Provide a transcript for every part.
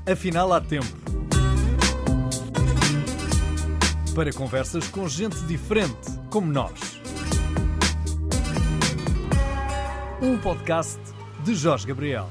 Afinal, há tempo para conversas com gente diferente, como nós. Um podcast de Jorge Gabriel.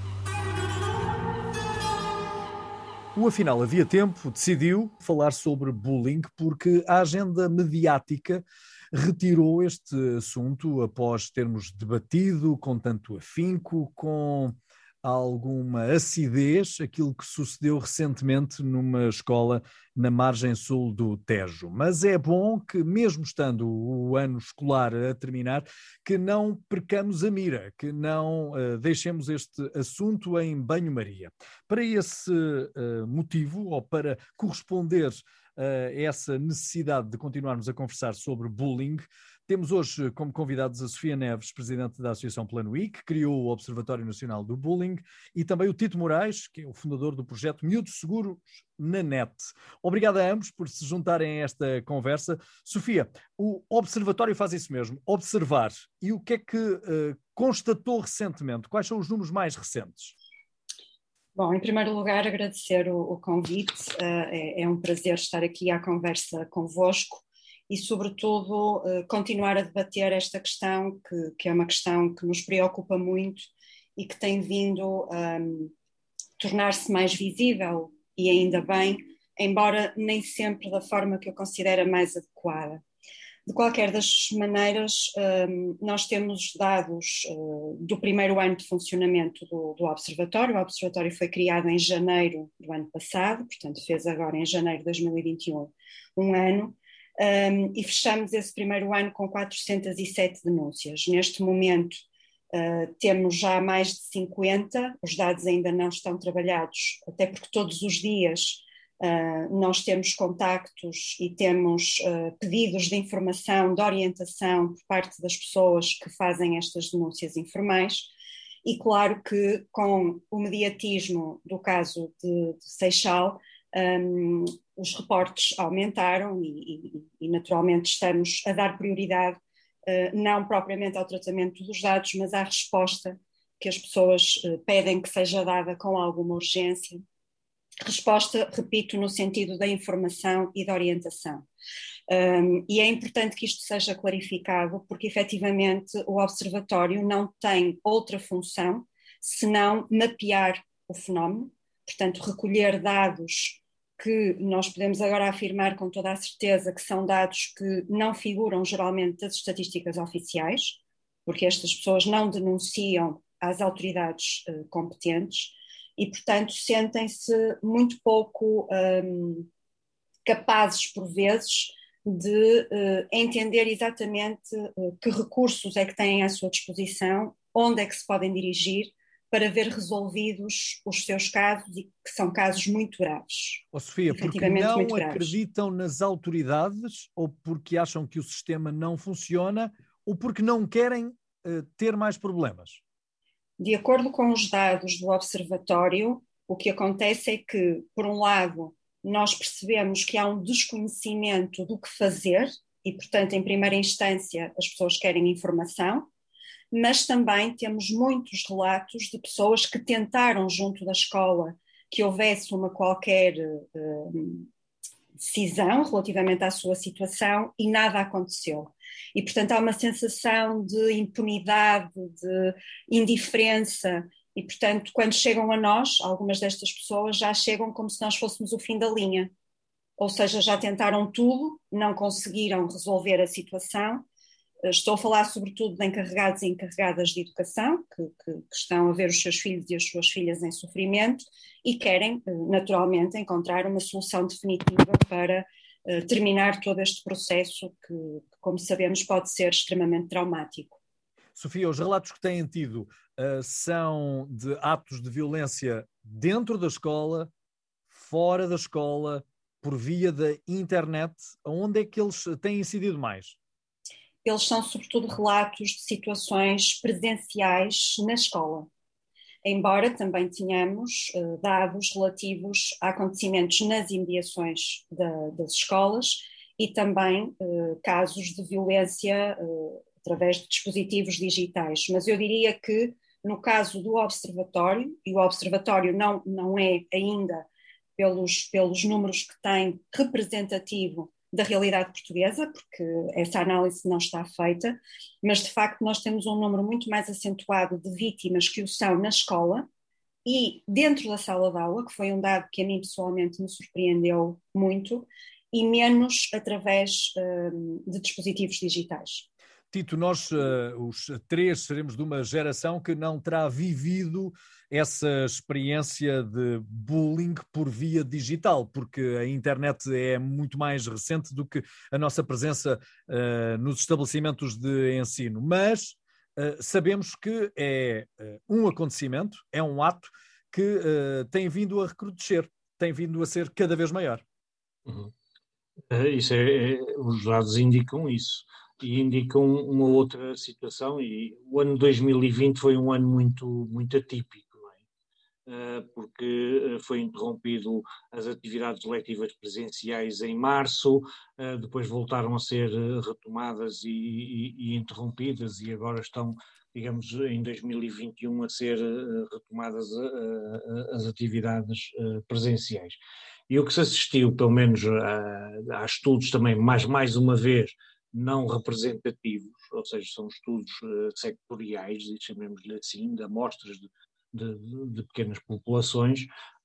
O Afinal Havia Tempo decidiu falar sobre bullying porque a agenda mediática retirou este assunto após termos debatido com tanto afinco, com alguma acidez, aquilo que sucedeu recentemente numa escola na margem sul do Tejo. Mas é bom que, mesmo estando o ano escolar a terminar, que não percamos a mira, que não deixemos este assunto em banho-maria. Para esse motivo, ou para corresponder a essa necessidade de continuarmos a conversar sobre bullying, temos hoje como convidados a Sofia Neves, presidente da Associação Plano I, que criou o Observatório Nacional do Bullying, e também o Tito Moraes, que é o fundador do projeto Miúdos Seguros na Net. Obrigado a ambos por se juntarem a esta conversa. Sofia, o Observatório faz isso mesmo, observar. E o que é que constatou recentemente? Quais são os números mais recentes? Bom, em primeiro lugar, agradecer o convite. É um prazer estar aqui à conversa convosco e, sobretudo, continuar a debater esta questão, que é uma questão que nos preocupa muito e que tem vindo a tornar-se mais visível, e ainda bem, embora nem sempre da forma que eu considero a mais adequada. De qualquer das maneiras, nós temos dados do primeiro ano de funcionamento do Observatório. O Observatório foi criado em janeiro do ano passado, portanto fez agora em janeiro de 2021 um ano, e fechamos esse primeiro ano com 407 denúncias. Neste momento temos já mais de 50, os dados ainda não estão trabalhados, até porque todos os dias nós temos contactos e temos pedidos de informação, de orientação por parte das pessoas que fazem estas denúncias informais, e claro que com o mediatismo do caso de Seixal, os reportes aumentaram e naturalmente estamos a dar prioridade não propriamente ao tratamento dos dados, mas à resposta que as pessoas pedem que seja dada com alguma urgência. Resposta, repito, no sentido da informação e da orientação. E é importante que isto seja clarificado, porque efetivamente o Observatório não tem outra função senão mapear o fenómeno, portanto recolher dados que nós podemos agora afirmar com toda a certeza que são dados que não figuram geralmente das estatísticas oficiais, porque estas pessoas não denunciam às autoridades competentes, e, portanto, sentem-se muito pouco capazes, por vezes, de entender exatamente que recursos é que têm à sua disposição, onde é que se podem dirigir para ver resolvidos os seus casos, e que são casos muito graves. Sofia, porque não acreditam nas autoridades, ou porque acham que o sistema não funciona, ou porque não querem ter mais problemas? De acordo com os dados do Observatório, o que acontece é que, por um lado, nós percebemos que há um desconhecimento do que fazer e, portanto, em primeira instância, as pessoas querem informação, mas também temos muitos relatos de pessoas que tentaram, junto da escola, que houvesse uma qualquer decisão relativamente à sua situação e nada aconteceu. E, portanto, há uma sensação de impunidade, de indiferença e, portanto, quando chegam a nós, algumas destas pessoas já chegam como se nós fôssemos o fim da linha. Ou seja, já tentaram tudo, não conseguiram resolver a situação. Estou a falar sobretudo de encarregados e encarregadas de educação, que estão a ver os seus filhos e as suas filhas em sofrimento e querem, naturalmente, encontrar uma solução definitiva para terminar todo este processo que, como sabemos, pode ser extremamente traumático. Sofia, os relatos que têm tido são de atos de violência dentro da escola, fora da escola, por via da internet. Onde é que eles têm incidido mais? Eles são sobretudo relatos de situações presenciais na escola, embora também tenhamos dados relativos a acontecimentos nas imediações das escolas e também casos de violência através de dispositivos digitais. Mas eu diria que no caso do Observatório, e o Observatório não é ainda pelos números que tem representativo da realidade portuguesa, porque essa análise não está feita, mas de facto nós temos um número muito mais acentuado de vítimas que o são na escola e dentro da sala de aula, que foi um dado que a mim pessoalmente me surpreendeu muito, e menos através de dispositivos digitais. Tito, nós, os três, seremos de uma geração que não terá vivido essa experiência de bullying por via digital, porque a internet é muito mais recente do que a nossa presença nos estabelecimentos de ensino. Mas sabemos que é um acontecimento, é um ato que tem vindo a recrudescer, tem vindo a ser cada vez maior. Uhum. Os dados indicam isso. E indicam uma outra situação, e o ano 2020 foi um ano muito, muito atípico, não é? Porque foi interrompido as atividades letivas presenciais em março, depois voltaram a ser retomadas e interrompidas, e agora estão, digamos, em 2021 a ser retomadas as atividades presenciais. E o que se assistiu, pelo menos há estudos também, mais uma vez, não representativos, ou seja, são estudos sectoriais, chamemos-lhe assim, de amostras de pequenas populações,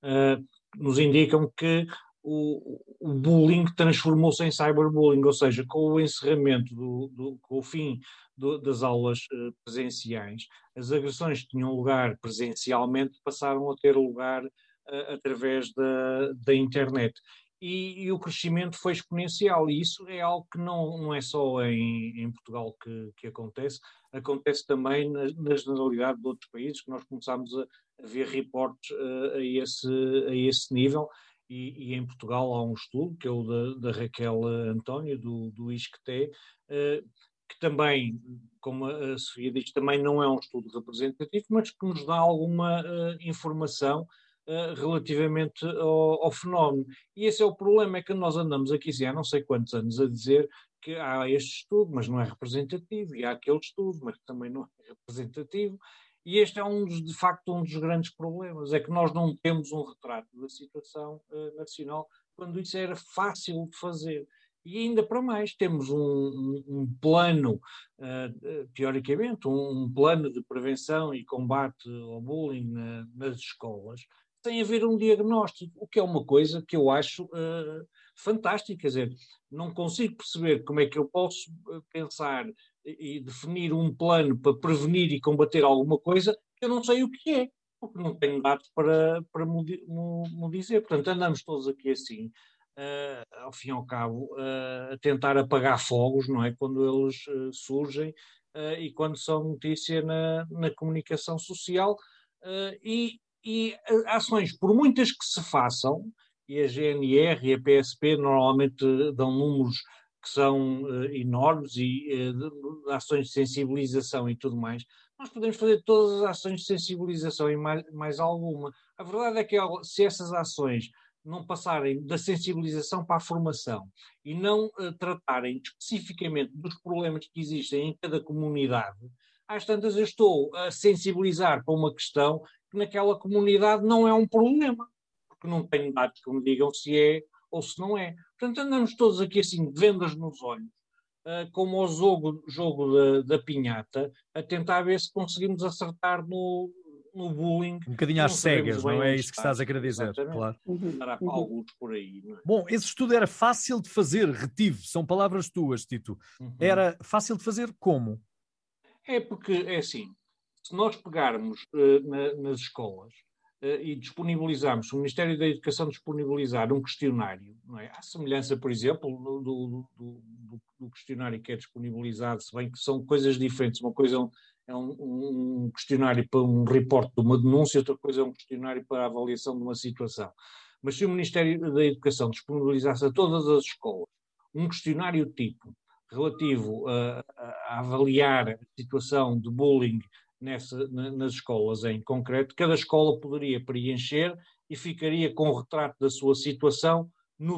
nos indicam que o bullying transformou-se em cyberbullying, ou seja, com o encerramento, com o fim das aulas presenciais, as agressões que tinham lugar presencialmente passaram a ter lugar através da internet. E o crescimento foi exponencial, e isso é algo que não é só em Portugal que acontece também na generalidade de outros países, que nós começámos a ver reportes a esse nível, e em Portugal há um estudo, que é o da Raquel António, do ISCTE, que também, como a Sofia diz, também não é um estudo representativo, mas que nos dá alguma informação relativamente ao fenómeno. E esse é o problema, é que nós andamos aqui há não sei quantos anos a dizer que há este estudo, mas não é representativo, e há aquele estudo, mas também não é representativo, e este é de facto um dos grandes problemas, é que nós não temos um retrato da situação nacional, quando isso era fácil de fazer. E ainda para mais, temos um plano, teoricamente, um plano de prevenção e combate ao bullying nas escolas, tem a haver um diagnóstico, o que é uma coisa que eu acho fantástica. Quer dizer, não consigo perceber como é que eu posso pensar e definir um plano para prevenir e combater alguma coisa que eu não sei o que é, porque não tenho dados para me dizer. Portanto, andamos todos aqui assim, ao fim e ao cabo, a tentar apagar fogos, não é? Quando eles surgem e quando são notícia na comunicação social, e ações, por muitas que se façam, e a GNR e a PSP normalmente dão números que são enormes, e de ações de sensibilização e tudo mais, nós podemos fazer todas as ações de sensibilização e mais alguma. A verdade é que se essas ações não passarem da sensibilização para a formação e não tratarem especificamente dos problemas que existem em cada comunidade, às tantas eu estou a sensibilizar para uma questão que naquela comunidade não é um problema, porque não tenho dados que me digam se é ou se não é. Portanto, andamos todos aqui assim, de vendas nos olhos, como ao jogo da pinhata, a tentar ver se conseguimos acertar no bullying. Um bocadinho às cegas, não é isso que estás a querer dizer? Exatamente. Claro. Estará para alguns por aí, não é? Bom, esse estudo era fácil de fazer, retive, são palavras tuas, Tito. Era fácil de fazer como? É porque, é assim, se nós pegarmos nas escolas e disponibilizarmos, o Ministério da Educação disponibilizar um questionário, não é? À semelhança, por exemplo, do questionário que é disponibilizado, se bem que são coisas diferentes, uma coisa é um questionário para um reporte de uma denúncia, outra coisa é um questionário para a avaliação de uma situação. Mas se o Ministério da Educação disponibilizasse a todas as escolas um questionário tipo relativo a avaliar a situação de bullying nas escolas em concreto, cada escola poderia preencher e ficaria com o retrato da sua situação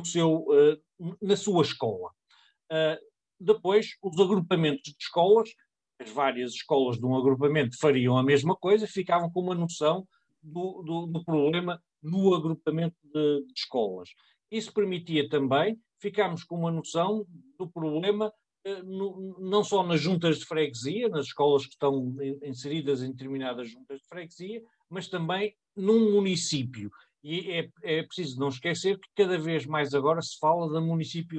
na sua escola. Depois, os agrupamentos de escolas, as várias escolas de um agrupamento fariam a mesma coisa, ficavam com uma noção do problema no agrupamento de escolas. Isso permitia também ficarmos com uma noção do problema, não só nas juntas de freguesia, nas escolas que estão inseridas em determinadas juntas de freguesia, mas também num município. E é preciso não esquecer que cada vez mais agora se fala da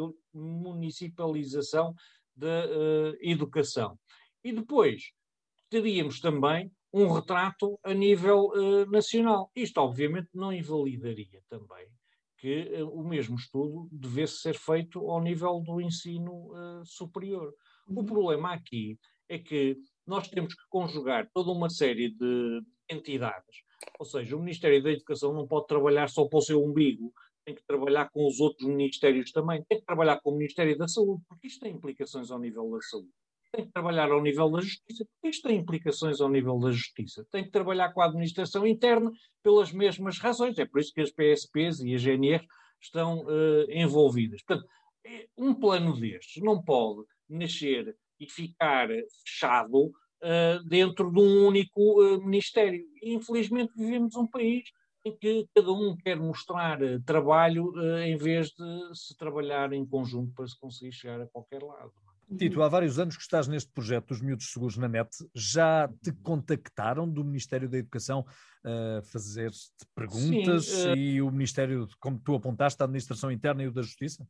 municipalização da educação. E depois teríamos também um retrato a nível nacional. Isto, obviamente, não invalidaria também que o mesmo estudo devesse ser feito ao nível do ensino superior. O problema aqui é que nós temos que conjugar toda uma série de entidades, ou seja, o Ministério da Educação não pode trabalhar só para o seu umbigo, tem que trabalhar com os outros ministérios também, tem que trabalhar com o Ministério da Saúde, porque isto tem implicações ao nível da saúde. Tem que trabalhar ao nível da justiça, porque isto tem implicações ao nível da justiça. Tem que trabalhar com a administração interna pelas mesmas razões. É por isso que as PSPs e a GNR estão envolvidas. Portanto, um plano destes não pode nascer e ficar fechado dentro de um único ministério. E, infelizmente, vivemos um país em que cada um quer mostrar trabalho em vez de se trabalhar em conjunto para se conseguir chegar a qualquer lado. Tito, há vários anos que estás neste projeto dos miúdos seguros na net. Já te contactaram do Ministério da Educação a fazer-te perguntas? Sim, e o Ministério, como tu apontaste, da Administração Interna e o da Justiça?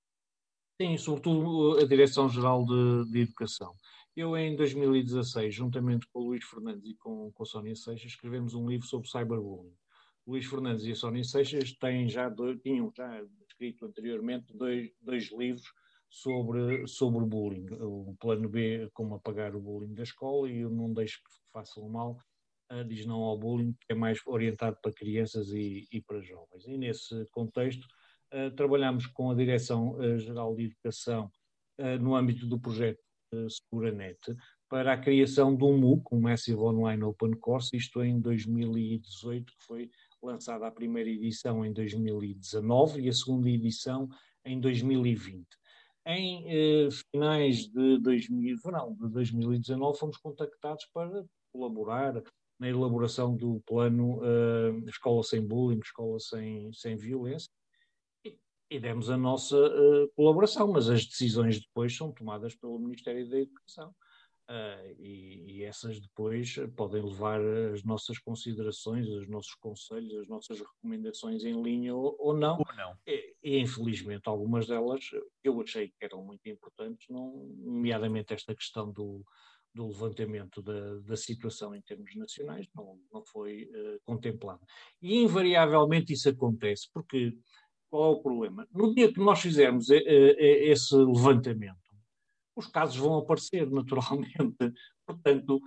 Sim, sobretudo a Direção-Geral de Educação. Eu, em 2016, juntamente com o Luís Fernandes e com a Sónia Seixas, escrevemos um livro sobre cyberbullying. O Luís Fernandes e a Sónia Seixas tinham já escrito anteriormente dois livros sobre o bullying. O plano B, como apagar o bullying da escola, e o Não Deixe que Façam Mal, diz não ao bullying, que é mais orientado para crianças e para jovens. E nesse contexto, trabalhamos com a Direção-Geral de Educação no âmbito do projeto SeguraNet para a criação de um MOOC, um Massive Online Open Course, isto em 2018, que foi lançada a primeira edição em 2019 e a segunda edição em 2020. Em finais de 2019 fomos contactados para colaborar na elaboração do plano Escola Sem Bullying, Escola Sem Violência, e demos a nossa colaboração, mas as decisões depois são tomadas pelo Ministério da Educação. E essas depois podem levar as nossas considerações, os nossos conselhos, as nossas recomendações em linha ou não. E infelizmente algumas delas eu achei que eram muito importantes, nomeadamente esta questão do levantamento da situação em termos nacionais, não foi contemplada. E invariavelmente isso acontece, porque qual é o problema? No dia que nós fizermos esse levantamento, os casos vão aparecer naturalmente. Portanto,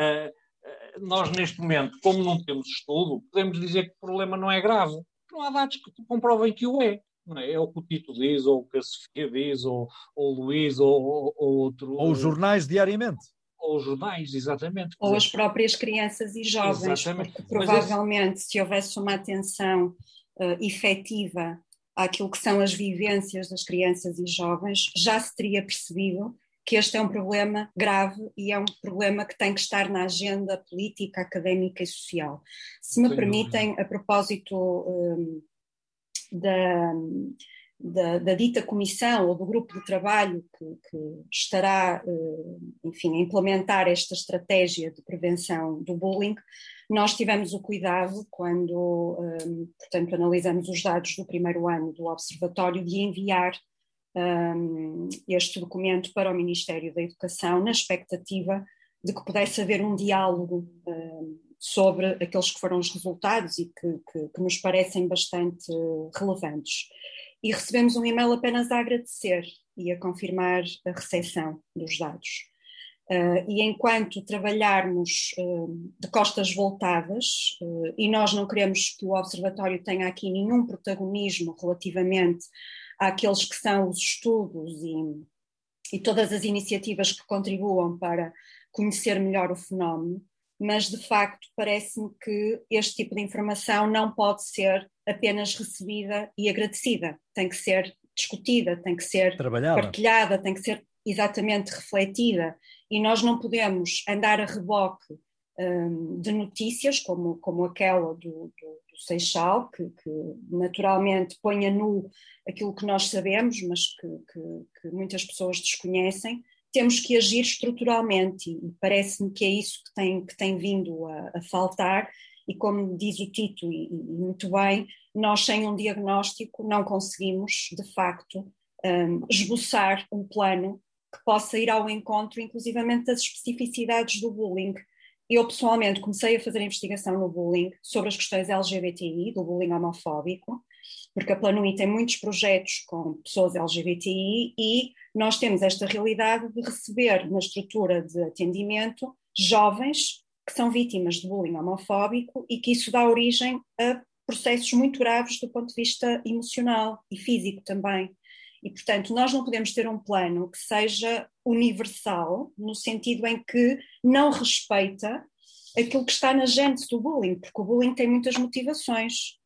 nós neste momento, como não temos estudo, podemos dizer que o problema não é grave. Não há dados que comprovem que o é. Não é? É o que o Tito diz, ou o que a Sofia diz, ou o Luís, ou outro. Ou os jornais diariamente. Ou os jornais, exatamente. Ou as próprias crianças e jovens, exatamente. Porque provavelmente se houvesse uma atenção efetiva àquilo que são as vivências das crianças e jovens, já se teria percebido que este é um problema grave e é um problema que tem que estar na agenda política, académica e social. Se me permitem, a propósito da dita comissão ou do grupo de trabalho que estará, enfim, a implementar esta estratégia de prevenção do bullying, nós tivemos o cuidado, quando, portanto, analisamos os dados do primeiro ano do Observatório, de enviar este documento para o Ministério da Educação, na expectativa de que pudesse haver um diálogo sobre aqueles que foram os resultados e que nos parecem bastante relevantes. E recebemos um e-mail apenas a agradecer e a confirmar a recepção dos dados. E enquanto trabalharmos de costas voltadas, e nós não queremos que o Observatório tenha aqui nenhum protagonismo relativamente àqueles que são os estudos e todas as iniciativas que contribuam para conhecer melhor o fenómeno, mas de facto parece-me que este tipo de informação não pode ser apenas recebida e agradecida, tem que ser discutida, tem que ser partilhada, tem que ser exatamente refletida, e nós não podemos andar a reboque de notícias, como aquela do Seixal, que naturalmente põe a nu aquilo que nós sabemos, mas que muitas pessoas desconhecem. Temos que agir estruturalmente e parece-me que é isso que tem vindo a faltar e, como diz o Tito, e muito bem, nós sem um diagnóstico não conseguimos, de facto, esboçar um plano que possa ir ao encontro, inclusivamente, das especificidades do bullying. Eu, pessoalmente, comecei a fazer investigação no bullying sobre as questões LGBTI, do bullying homofóbico, porque a Planui tem muitos projetos com pessoas LGBTI e nós temos esta realidade de receber na estrutura de atendimento jovens que são vítimas de bullying homofóbico e que isso dá origem a processos muito graves do ponto de vista emocional e físico também. E, portanto, nós não podemos ter um plano que seja universal, no sentido em que não respeita aquilo que está na gênese do bullying, porque o bullying tem muitas motivações.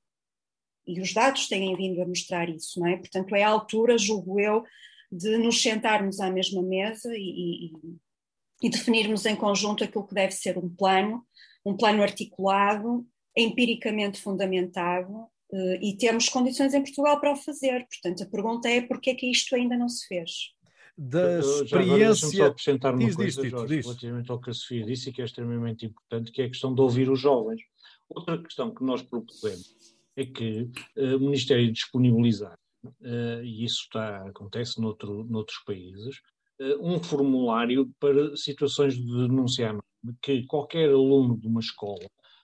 E os dados têm vindo a mostrar isso, não é? Portanto, é a altura, julgo eu, de nos sentarmos à mesma mesa e definirmos em conjunto aquilo que deve ser um plano articulado, empiricamente fundamentado, e temos condições em Portugal para o fazer. Portanto, a pergunta é porquê é que isto ainda não se fez? Da Já agora deixa-me só experiência... acrescentar uma coisa, Tito, Jorge, relativamente ao que a Sofia disse e que é extremamente importante, que é a questão de ouvir os jovens. Outra questão que nós propusemos é que o Ministério disponibilizar, e isso acontece noutros países, um formulário para situações de denunciamento, que qualquer aluno de uma escola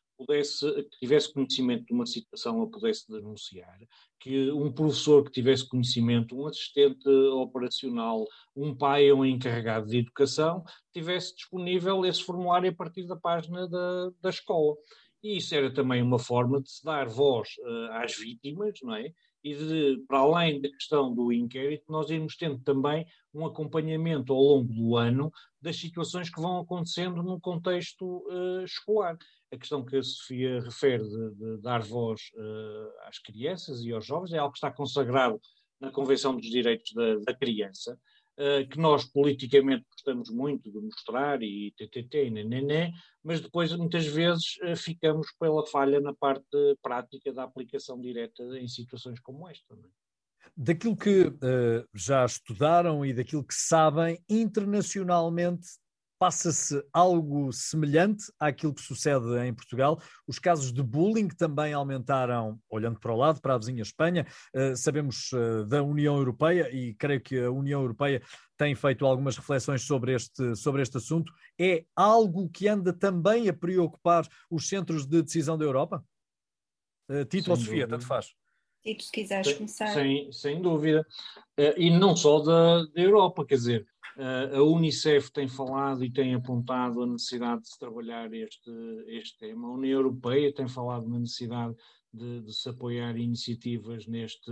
que tivesse conhecimento de uma situação a pudesse denunciar, que um professor que tivesse conhecimento, um assistente operacional, um pai ou um encarregado de educação, tivesse disponível esse formulário a partir da página da escola. E isso era também uma forma de se dar voz às vítimas, não é? E para além da questão do inquérito, nós irmos tendo também um acompanhamento ao longo do ano das situações que vão acontecendo no contexto escolar. A questão que a Sofia refere de dar voz às crianças e aos jovens é algo que está consagrado na Convenção dos Direitos da Criança, que nós politicamente gostamos muito de mostrar e ttt, nenené, mas depois muitas vezes ficamos pela falha na parte prática da aplicação direta em situações como esta. Não é? Daquilo que já estudaram e daquilo que sabem, internacionalmente passa-se algo semelhante àquilo que sucede em Portugal. Os casos de bullying também aumentaram, olhando para o lado, para a vizinha Espanha. Sabemos da União Europeia e creio que a União Europeia tem feito algumas reflexões sobre este assunto. É algo que anda também a preocupar os centros de decisão da Europa? Tito ou Sofia, tanto faz. Tito, se quiseres começar. Sem dúvida. E não só da Europa, quer dizer, a Unicef tem falado e tem apontado a necessidade de se trabalhar este tema. A União Europeia tem falado na necessidade de se apoiar iniciativas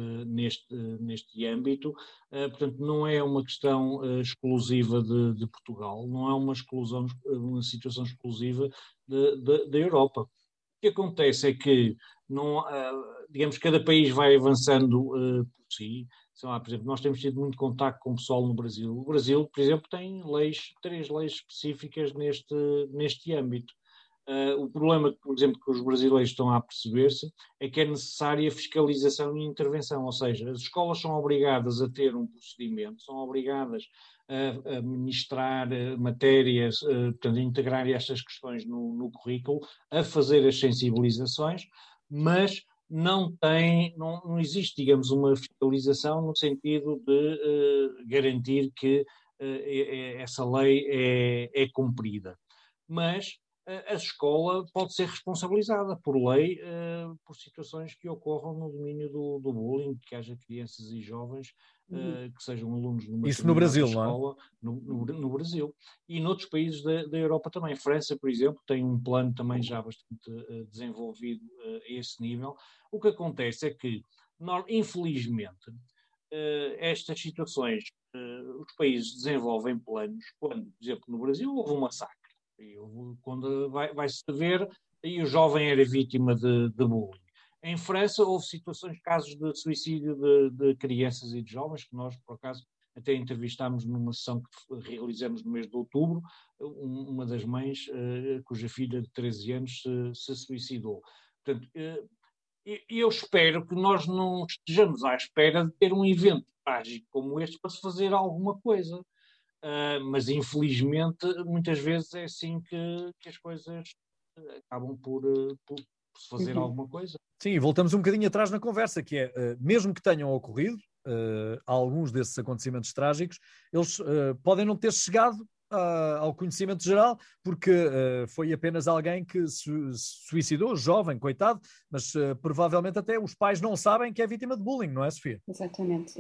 neste âmbito. Portanto, não é uma questão exclusiva de Portugal, não é uma situação exclusiva da Europa. O que acontece é que, digamos, cada país vai avançando por si. Sei lá, por exemplo, nós temos tido muito contacto com o pessoal no Brasil. O Brasil, por exemplo, tem 3 leis específicas neste âmbito. O problema, por exemplo, que os brasileiros estão a perceber-se é que é necessária fiscalização e intervenção, ou seja, as escolas são obrigadas a ter um procedimento, são obrigadas a ministrar matérias, portanto, a integrar estas questões no currículo, a fazer as sensibilizações, mas não existe, digamos, uma fiscalização no sentido de garantir que essa lei é cumprida. Mas a escola pode ser responsabilizada por lei por situações que ocorram no domínio do bullying, que haja crianças e jovens que sejam alunos numa isso no Brasil, escola, não é? no Brasil. E noutros países da Europa também. A França, por exemplo, tem um plano também já bastante desenvolvido a esse nível. O que acontece é que, infelizmente, estas situações, os países desenvolvem planos quando, por exemplo, no Brasil houve um massacre. Quando vai-se ver, e o jovem era vítima de bullying. Em França houve casos de suicídio de crianças e de jovens, que nós, por acaso, até entrevistámos numa sessão que realizamos no mês de outubro, uma das mães cuja filha de 13 anos se suicidou. Portanto, eu espero que nós não estejamos à espera de ter um evento trágico como este para se fazer alguma coisa. Mas, infelizmente, muitas vezes é assim que as coisas acabam por se fazer alguma coisa. Sim, e voltamos um bocadinho atrás na conversa, que é, mesmo que tenham ocorrido alguns desses acontecimentos trágicos, eles podem não ter chegado ao conhecimento geral, porque foi apenas alguém que se suicidou, jovem, coitado, mas provavelmente até os pais não sabem que é vítima de bullying, não é, Sofia? Exatamente.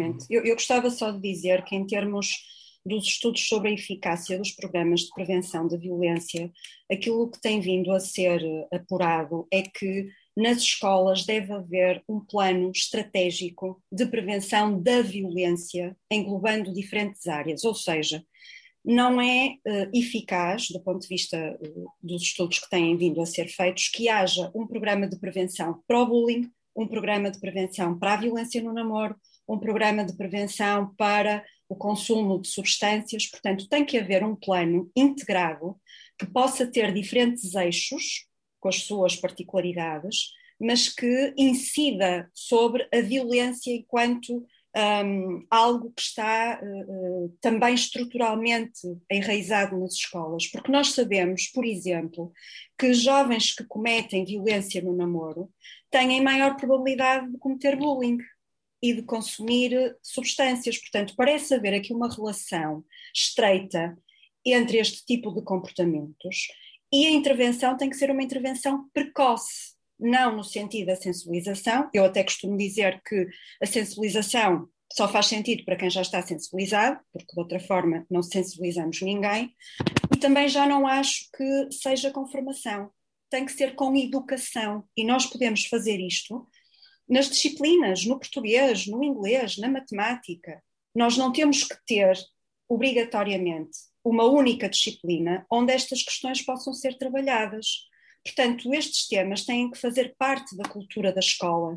Eu gostava só de dizer que, em termos dos estudos sobre a eficácia dos programas de prevenção da violência, aquilo que tem vindo a ser apurado é que nas escolas deve haver um plano estratégico de prevenção da violência, englobando diferentes áreas, ou seja, não é eficaz, do ponto de vista dos estudos que têm vindo a ser feitos, que haja um programa de prevenção para o bullying, um programa de prevenção para a violência no namoro, um programa de prevenção para o consumo de substâncias. Portanto, tem que haver um plano integrado que possa ter diferentes eixos, com as suas particularidades, mas que incida sobre a violência enquanto algo que está também estruturalmente enraizado nas escolas, porque nós sabemos, por exemplo, que jovens que cometem violência no namoro têm maior probabilidade de cometer bullying e de consumir substâncias. Portanto, parece haver aqui uma relação estreita entre este tipo de comportamentos, e a intervenção tem que ser uma intervenção precoce, não no sentido da sensibilização. Eu até costumo dizer que a sensibilização só faz sentido para quem já está sensibilizado, porque de outra forma não sensibilizamos ninguém, e também já não acho que seja com formação, tem que ser com educação, e nós podemos fazer isto nas disciplinas, no português, no inglês, na matemática. Nós não temos que ter, obrigatoriamente, uma única disciplina onde estas questões possam ser trabalhadas. Portanto, estes temas têm que fazer parte da cultura da escola.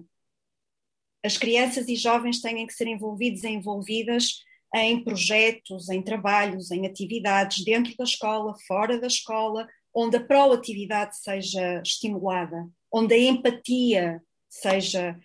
As crianças e jovens têm que ser envolvidos e envolvidas em projetos, em trabalhos, em atividades dentro da escola, fora da escola, onde a proatividade seja estimulada, onde a empatia seja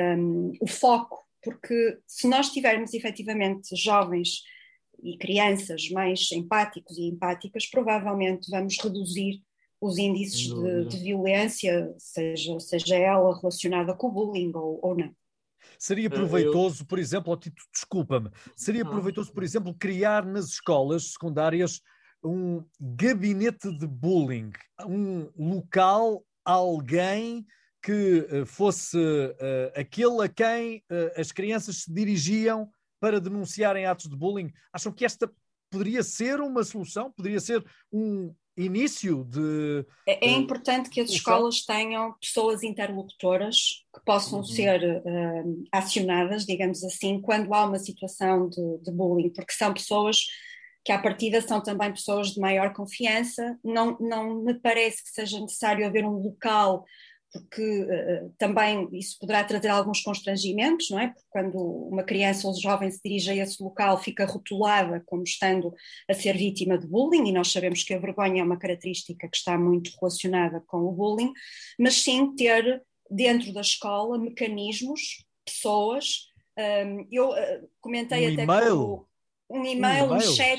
o foco, porque se nós tivermos efetivamente jovens e crianças mais empáticos e empáticas, provavelmente vamos reduzir os índices de violência, seja ela relacionada com o bullying ou não. Seria proveitoso, por exemplo, desculpa-me, seria proveitoso, por exemplo, criar nas escolas secundárias um gabinete de bullying, um local, alguém que fosse aquele a quem as crianças se dirigiam para denunciarem atos de bullying. Acham que esta poderia ser uma solução? Poderia ser um início de... É importante que as escolas tenham pessoas interlocutoras que possam ser acionadas, digamos assim, quando há uma situação de bullying, porque são pessoas que à partida são também pessoas de maior confiança. Não me parece que seja necessário haver um local, porque também isso poderá trazer alguns constrangimentos, não é? Porque quando uma criança ou um jovem se dirige a esse local, fica rotulada como estando a ser vítima de bullying, e nós sabemos que a vergonha é uma característica que está muito relacionada com o bullying, mas sim ter dentro da escola mecanismos, pessoas. Eu comentei até com um e-mail, um chat.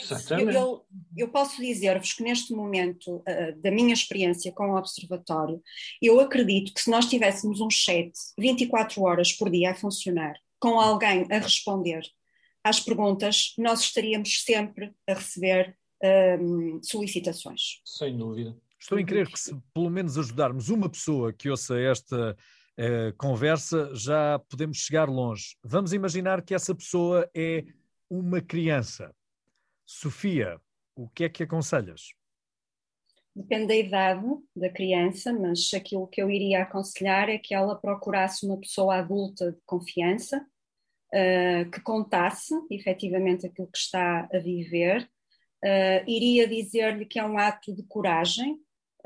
Eu posso dizer-vos que neste momento, da minha experiência com o Observatório, eu acredito que se nós tivéssemos um chat 24 horas por dia a funcionar, com alguém a responder às perguntas, nós estaríamos sempre a receber solicitações. Sem dúvida. Estou em crer que, se pelo menos ajudarmos uma pessoa que ouça esta conversa, já podemos chegar longe. Vamos imaginar que essa pessoa é uma criança. Sofia, o que é que aconselhas? Depende da idade da criança, mas aquilo que eu iria aconselhar é que ela procurasse uma pessoa adulta de confiança, que contasse efetivamente aquilo que está a viver. Iria dizer-lhe que é um ato de coragem,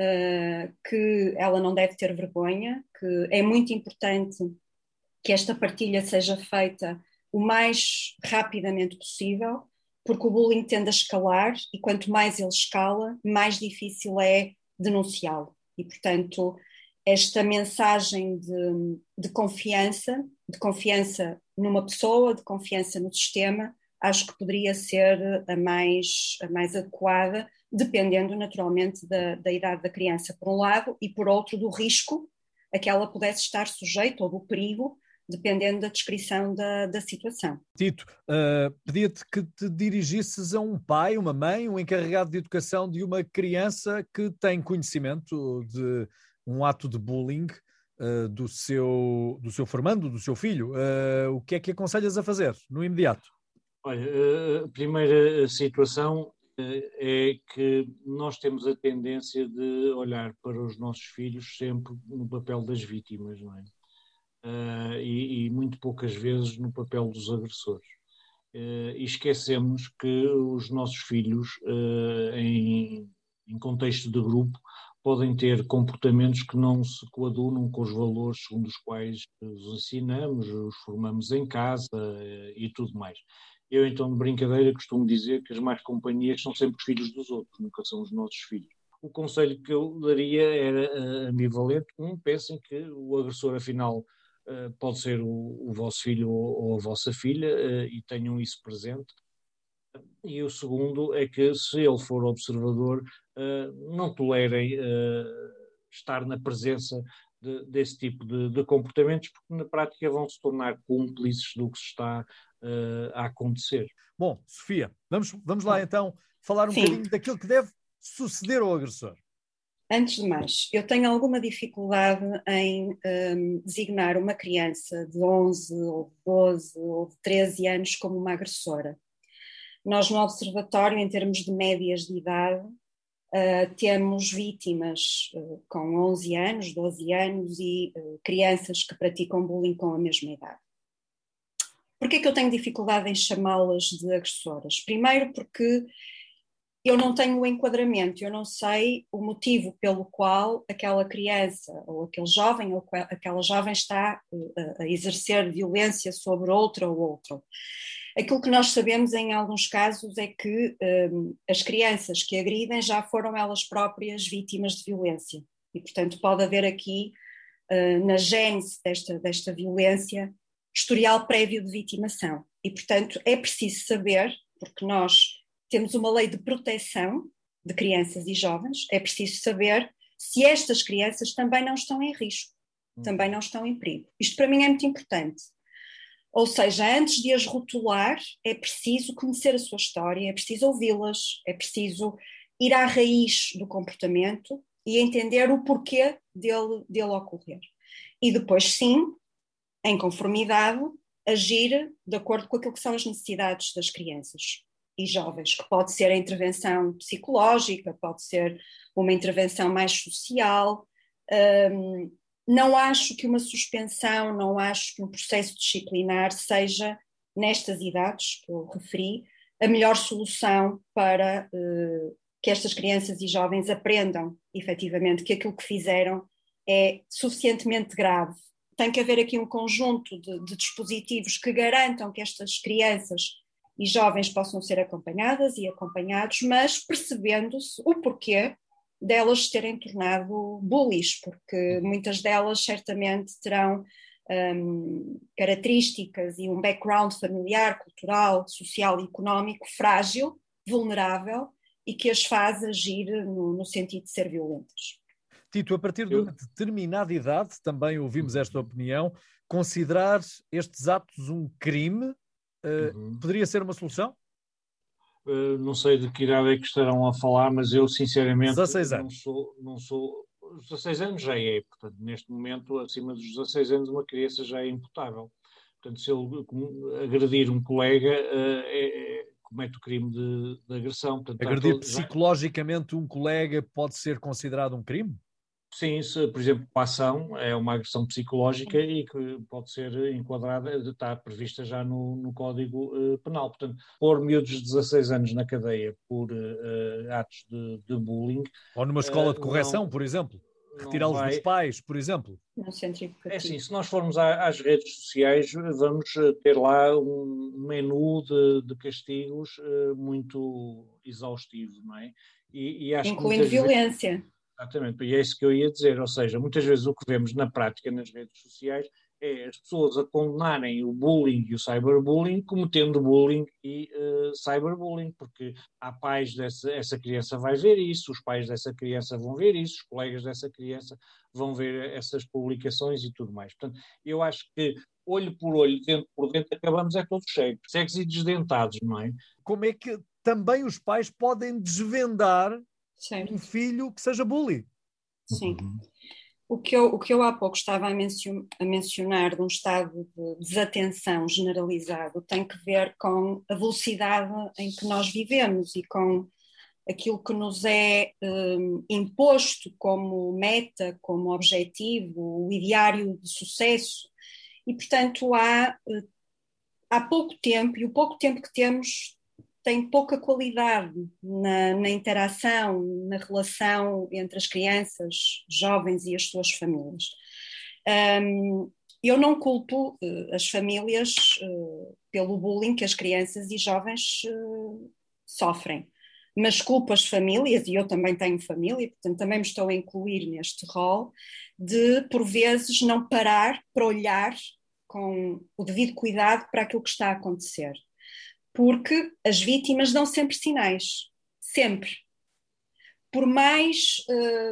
que ela não deve ter vergonha, que é muito importante que esta partilha seja feita o mais rapidamente possível, porque o bullying tende a escalar e quanto mais ele escala, mais difícil é denunciá-lo. E, portanto, esta mensagem de confiança numa pessoa, de confiança no sistema, acho que poderia ser a mais adequada, dependendo naturalmente da idade da criança, por um lado, e por outro, do risco a que ela pudesse estar sujeita, ou do perigo, dependendo da descrição da situação. Tito, pedia-te que te dirigisses a um pai, uma mãe, um encarregado de educação de uma criança que tem conhecimento de um ato de bullying do seu formando, do seu filho. O que é que aconselhas a fazer no imediato? Olha, a primeira situação é que nós temos a tendência de olhar para os nossos filhos sempre no papel das vítimas, não é? E muito poucas vezes no papel dos agressores. E esquecemos que os nossos filhos, em contexto de grupo, podem ter comportamentos que não se coadunam com os valores segundo os quais os ensinamos, os formamos em casa e tudo mais. Eu, então, de brincadeira, costumo dizer que as más companhias são sempre os filhos dos outros, nunca são os nossos filhos. O conselho que eu daria era ambivalente. Pensem que o agressor, afinal, pode ser o vosso filho ou a vossa filha, e tenham isso presente. E o segundo é que, se ele for observador, não tolerem estar na presença desse tipo de comportamentos, porque na prática vão se tornar cúmplices do que se está a acontecer. Bom, Sofia, vamos lá então falar um bocadinho daquilo que deve suceder ao agressor. Antes de mais, eu tenho alguma dificuldade em designar uma criança de 11 ou 12 ou de 13 anos como uma agressora. Nós, no Observatório, em termos de médias de idade, temos vítimas com 11 anos, 12 anos e crianças que praticam bullying com a mesma idade. Porquê é que eu tenho dificuldade em chamá-las de agressoras? Primeiro porque eu não tenho o enquadramento, eu não sei o motivo pelo qual aquela criança ou aquele jovem ou aquela jovem está a exercer violência sobre outra ou outro. Aquilo que nós sabemos em alguns casos é que as crianças que agridem já foram elas próprias vítimas de violência e, portanto, pode haver aqui, na gênese desta violência, historial prévio de vitimação. E, portanto, é preciso saber, porque nós temos uma lei de proteção de crianças e jovens, é preciso saber se estas crianças também não estão em risco, também não estão em perigo. Isto para mim é muito importante. Ou seja, antes de as rotular, é preciso conhecer a sua história, é preciso ouvi-las, é preciso ir à raiz do comportamento e entender o porquê dele ocorrer. E depois, sim, em conformidade, agir de acordo com aquilo que são as necessidades das crianças e jovens, que pode ser a intervenção psicológica, pode ser uma intervenção mais social. Não acho que uma suspensão, não acho que um processo disciplinar seja, nestas idades que eu referi, a melhor solução para que estas crianças e jovens aprendam, efetivamente, que aquilo que fizeram é suficientemente grave. Tem que haver aqui um conjunto de dispositivos que garantam que estas crianças e jovens possam ser acompanhadas e acompanhados, mas percebendo-se o porquê delas se terem tornado bullies, porque muitas delas certamente terão características e um background familiar, cultural, social e económico frágil, vulnerável e que as faz agir no sentido de ser violentas. Tito, a partir de uma determinada idade, também ouvimos esta opinião, considerar estes atos um crime poderia ser uma solução? Não sei de que idade é que estarão a falar, mas eu sinceramente 16 anos. não sou. 16 anos já é, portanto, neste momento, acima dos 16 anos, uma criança já é imputável. Portanto, se ele agredir um colega, comete o crime de agressão. Portanto, agredir psicologicamente um colega pode ser considerado um crime? Sim, se, por exemplo, a ação é uma agressão psicológica e que pode ser enquadrada, está prevista já no Código Penal. Portanto, pôr miúdos de 16 anos na cadeia por atos de bullying... Ou numa escola de correção, por exemplo? retirá-los dos pais, por exemplo? No centro educativo. É assim, se nós formos às redes sociais, vamos ter lá um menu de castigos muito exaustivo, não é? E acho incluindo que violência. Vezes, exatamente, e é isso que eu ia dizer, ou seja, muitas vezes o que vemos na prática nas redes sociais é as pessoas a condenarem o bullying e o cyberbullying cometendo bullying e cyberbullying, porque há pais essa criança vai ver isso, os pais dessa criança vão ver isso, os colegas dessa criança vão ver essas publicações e tudo mais. Portanto, eu acho que olho por olho, dente por dente, acabamos todos cheios, cegos e desdentados, não é? Como é que também os pais podem desvendar um filho que seja bully? Sim. O que eu há pouco estava a mencionar de um estado de desatenção generalizado tem que ver com a velocidade em que nós vivemos e com aquilo que nos é imposto como meta, como objetivo, o ideário de sucesso. E, portanto, há pouco tempo, e o pouco tempo que temos tem pouca qualidade na interação, na relação entre as crianças, jovens e as suas famílias. Eu não culpo as famílias pelo bullying que as crianças e jovens sofrem, mas culpo as famílias, e eu também tenho família, portanto também me estou a incluir neste rol, de por vezes não parar para olhar com o devido cuidado para aquilo que está a acontecer. Porque as vítimas dão sempre sinais, sempre. Por mais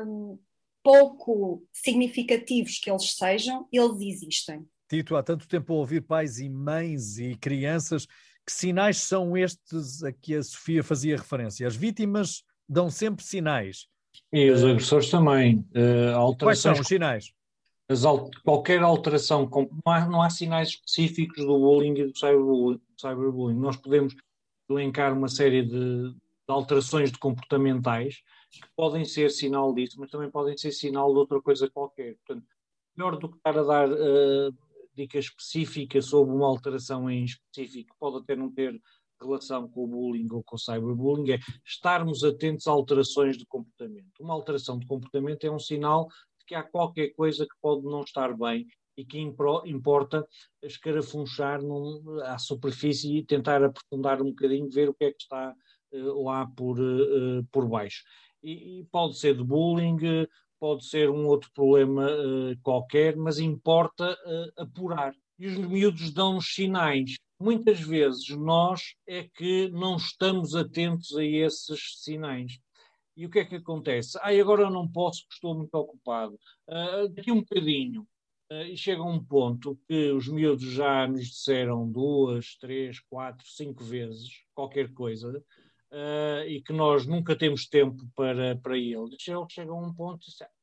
pouco significativos que eles sejam, eles existem. Tito, há tanto tempo a ouvir pais e mães e crianças, que sinais são estes a que a Sofia fazia referência? As vítimas dão sempre sinais. E os agressores também. Quais são os sinais? Qualquer alteração, não há sinais específicos do bullying e do cyberbullying. Nós podemos elencar uma série de alterações de comportamentais que podem ser sinal disso, mas também podem ser sinal de outra coisa qualquer. Portanto, melhor do que estar a dar dicas específicas sobre uma alteração em específico, pode até não ter relação com o bullying ou com o cyberbullying, é estarmos atentos a alterações de comportamento. Uma alteração de comportamento é um sinal que há qualquer coisa que pode não estar bem e que importa escarafunchar à superfície e tentar aprofundar um bocadinho, ver o que é que está lá por baixo. E pode ser de bullying, pode ser um outro problema qualquer, mas importa apurar. E os miúdos dão-nos sinais. Muitas vezes nós é que não estamos atentos a esses sinais. E o que é que acontece? Agora eu não posso porque estou muito ocupado. Daqui um bocadinho, e chega um ponto que os miúdos já nos disseram 2, 3, 4, 5 vezes qualquer coisa, e que nós nunca temos tempo para eles. Chega a um ponto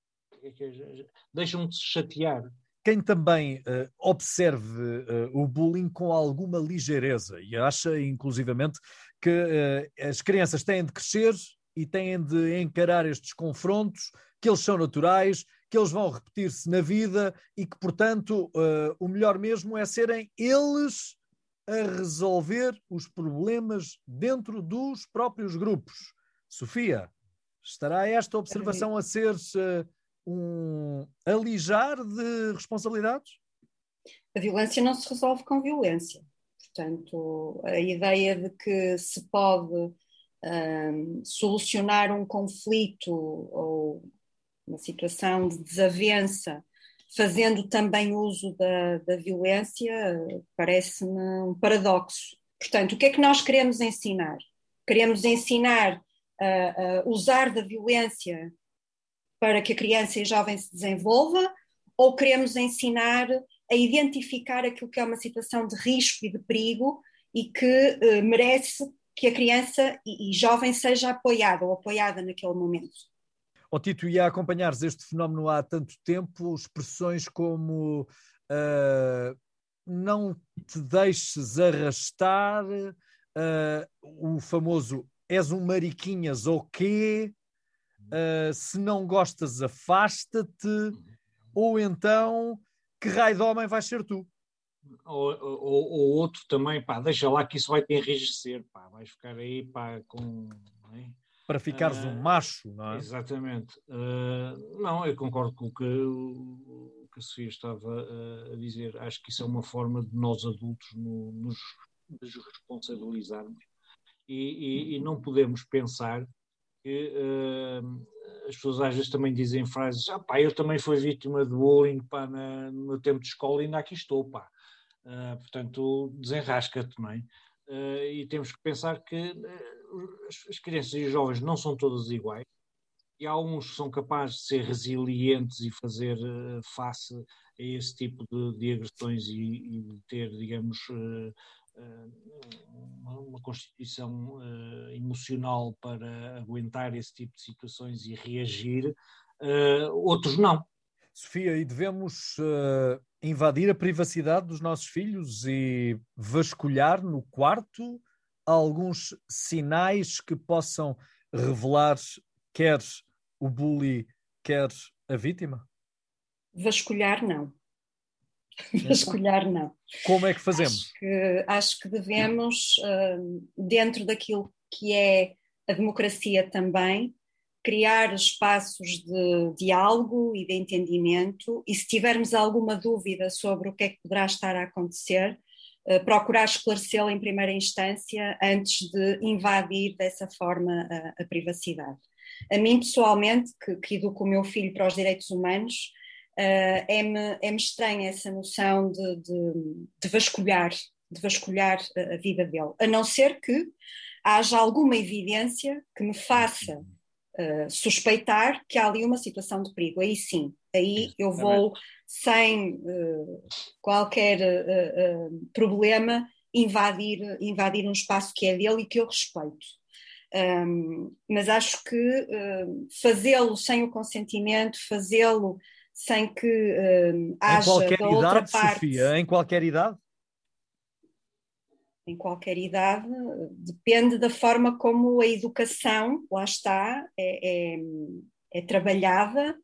e deixam-me de se chatear. Quem também observe o bullying com alguma ligeireza e acha, inclusivamente, que as crianças têm de crescer e têm de encarar estes confrontos, que eles são naturais, que eles vão repetir-se na vida e que, portanto, o melhor mesmo é serem eles a resolver os problemas dentro dos próprios grupos. Sofia, estará esta observação a ser um alijar de responsabilidades? A violência não se resolve com violência. Portanto, a ideia de que se pode solucionar um conflito ou uma situação de desavença fazendo também uso da violência parece-me um paradoxo. Portanto, o que é que nós queremos ensinar? Queremos ensinar a usar da violência para que a criança e jovem se desenvolva, ou queremos ensinar a identificar aquilo que é uma situação de risco e de perigo e que merece que a criança e jovem seja apoiada ou apoiada naquele momento? Tito, e a acompanhares este fenómeno há tanto tempo, expressões como não te deixes arrastar, o famoso és um mariquinhas ou quê? Se não gostas, afasta-te, ou então, que raio de homem vais ser tu? Ou outro também, deixa lá que isso vai te enrijecer, vais ficar aí, com... Não é? para ficares um macho, não é? Exatamente. Não, eu concordo com o que a Sofia estava a dizer. Acho que isso é uma forma de nós adultos nos responsabilizarmos e não podemos pensar que as pessoas às vezes também dizem frases, pá, eu também fui vítima de bullying, pá, no meu tempo de escola e ainda aqui estou, pá. Portanto, desenrasca-te, não é? E temos que pensar que as crianças e os jovens não são todas iguais e há uns que são capazes de ser resilientes e fazer face a esse tipo de agressões e de ter, digamos, uma constituição emocional para aguentar esse tipo de situações e reagir, outros não. Sofia, e devemos invadir a privacidade dos nossos filhos e vasculhar no quarto alguns sinais que possam revelar quer o bully, quer a vítima? Vasculhar, não. Vasculhar, não. Como é que fazemos? Acho que devemos, dentro daquilo que é a democracia também, criar espaços de diálogo e de entendimento, e se tivermos alguma dúvida sobre o que é que poderá estar a acontecer, procurar esclarecê-la em primeira instância antes de invadir dessa forma a privacidade. A mim, pessoalmente, que educo o meu filho para os direitos humanos, é-me estranha essa noção de vasculhar a vida dele, a não ser que haja alguma evidência que me faça suspeitar que há ali uma situação de perigo. Aí sim, aí eu vou sem qualquer problema invadir um espaço que é dele e que eu respeito. Mas acho que fazê-lo sem o consentimento, fazê-lo sem que haja da outra parte... Sofia, em qualquer idade? Em qualquer idade, depende da forma como a educação, lá está, é trabalhada.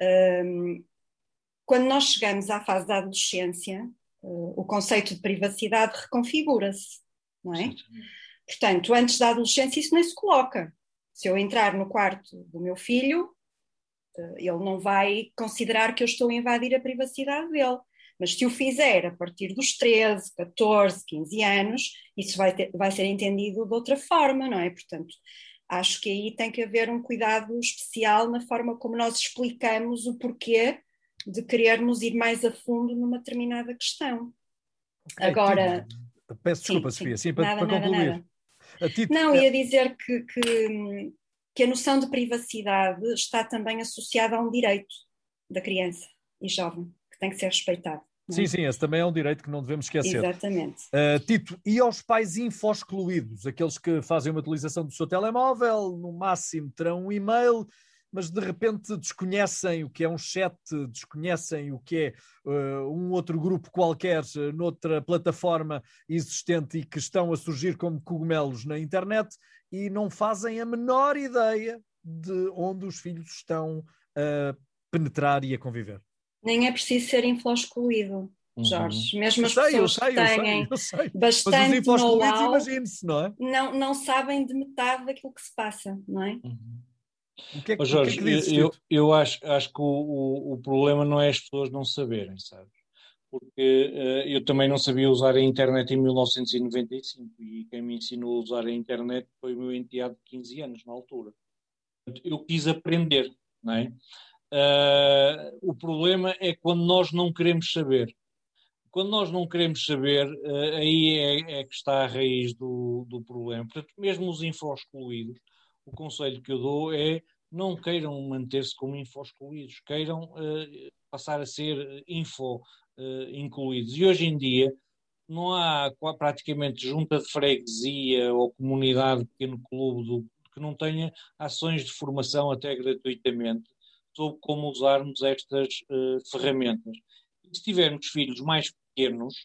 Quando nós chegamos à fase da adolescência, o conceito de privacidade reconfigura-se, não é? Portanto, antes da adolescência isso nem se coloca. Se eu entrar no quarto do meu filho, ele não vai considerar que eu estou a invadir a privacidade dele. Mas se o fizer a partir dos 13, 14, 15 anos, isso vai ser entendido de outra forma, não é? Portanto, acho que aí tem que haver um cuidado especial na forma como nós explicamos o porquê de querermos ir mais a fundo numa determinada questão. Okay, agora... Peço desculpa, Sofia, sim, para concluir. Não, ia dizer que a noção de privacidade está também associada a um direito da criança e jovem, que tem que ser respeitado. Sim, sim, esse também é um direito que não devemos esquecer. Exatamente. Tito, e aos pais info-excluídos, aqueles que fazem uma utilização do seu telemóvel, no máximo terão um e-mail, mas de repente desconhecem o que é um chat, desconhecem o que é um outro grupo qualquer noutra plataforma existente e que estão a surgir como cogumelos na internet e não fazem a menor ideia de onde os filhos estão a penetrar e a conviver. Nem é preciso ser info-excluído, Jorge. Mesmo as pessoas que têm bastante mas os info-excluídos, know-how, imagine-se, não é? Não sabem de metade daquilo que se passa, não é? Jorge, eu acho que o problema não é as pessoas não saberem, sabes? Porque eu também não sabia usar a internet em 1995 e quem me ensinou a usar a internet foi o meu enteado de 15 anos, na altura. Eu quis aprender, não é? O problema é quando nós não queremos saber. Quando nós não queremos saber, aí é que está a raiz do problema. Portanto, mesmo os info-excluídos, o conselho que eu dou é não queiram manter-se como info-excluídos, queiram passar a ser info-incluídos. E hoje em dia não há praticamente junta de freguesia ou comunidade, pequeno clube, que não tenha ações de formação até gratuitamente sobre como usarmos estas ferramentas. E se tivermos filhos mais pequenos,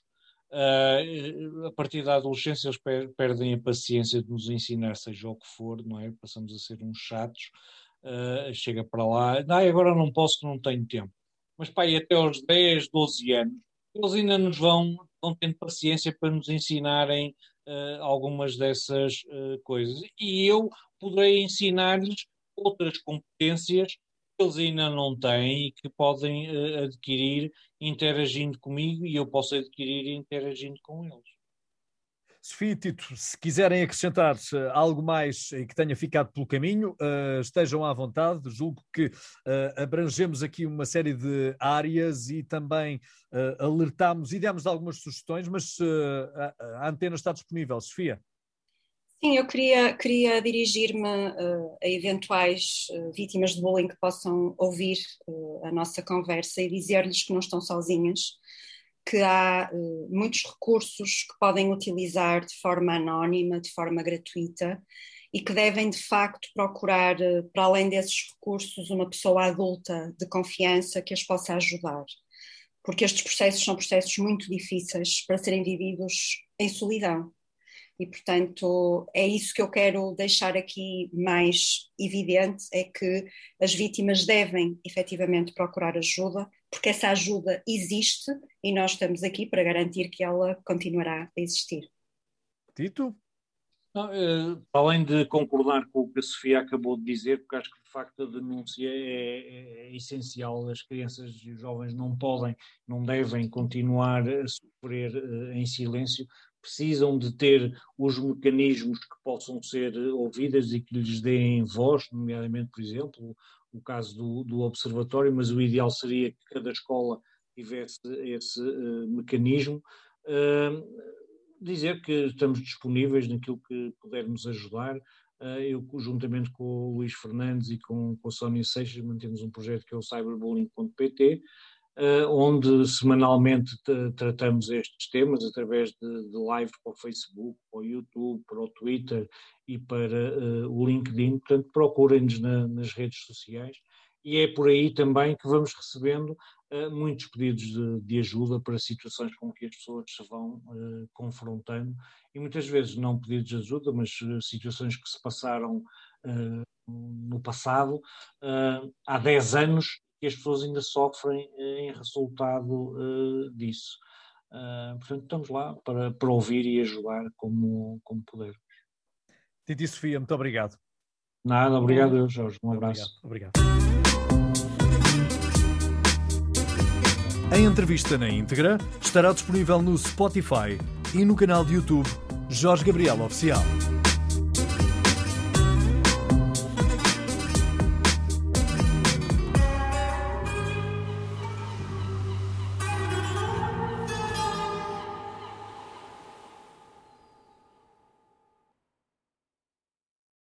a partir da adolescência eles perdem a paciência de nos ensinar seja o que for, não é? Passamos a ser uns chatos, chega para lá, agora não posso que não tenho tempo. Mas pá, e até aos 10, 12 anos, eles ainda nos vão tendo paciência para nos ensinarem algumas dessas coisas. E eu poderei ensinar-lhes outras competências que eles ainda não têm e que podem adquirir interagindo comigo, e eu posso adquirir interagindo com eles. Sofia e Tito, se quiserem acrescentar algo mais que tenha ficado pelo caminho, estejam à vontade. Julgo que abrangemos aqui uma série de áreas e também alertámos e demos algumas sugestões, mas a antena está disponível. Sofia? Sim, eu queria dirigir-me a eventuais vítimas de bullying que possam ouvir a nossa conversa e dizer-lhes que não estão sozinhas, que há muitos recursos que podem utilizar de forma anónima, de forma gratuita, e que devem, de facto, procurar, para além desses recursos, uma pessoa adulta de confiança que as possa ajudar. Porque estes processos são processos muito difíceis para serem vividos em solidão. E, portanto, é isso que eu quero deixar aqui mais evidente, é que as vítimas devem, efetivamente, procurar ajuda, porque essa ajuda existe e nós estamos aqui para garantir que ela continuará a existir. Tito? Não, além de concordar com o que a Sofia acabou de dizer, porque acho que, de facto, a denúncia é essencial. As crianças e os jovens não podem, não devem continuar a sofrer em silêncio. Precisam de ter os mecanismos que possam ser ouvidas e que lhes deem voz, nomeadamente, por exemplo, o caso do observatório, mas o ideal seria que cada escola tivesse esse mecanismo. Dizer que estamos disponíveis naquilo que pudermos ajudar. Eu, juntamente com o Luís Fernandes e com a Sónia Seixas, mantemos um projeto que é o cyberbullying.pt, onde semanalmente tratamos estes temas através de live para o Facebook, para o YouTube, para o Twitter e para o LinkedIn. Portanto, procurem-nos nas redes sociais. E é por aí também que vamos recebendo muitos pedidos de ajuda para situações com que as pessoas se vão confrontando, e muitas vezes não pedidos de ajuda, mas situações que se passaram no passado, há 10 anos, que as pessoas ainda sofrem em resultado disso. Portanto, estamos lá para ouvir e ajudar como pudermos. Tito e Sofia, muito obrigado. Nada, obrigado, Jorge. Um abraço. Obrigado. A entrevista na íntegra estará disponível no Spotify e no canal de YouTube Jorge Gabriel Oficial.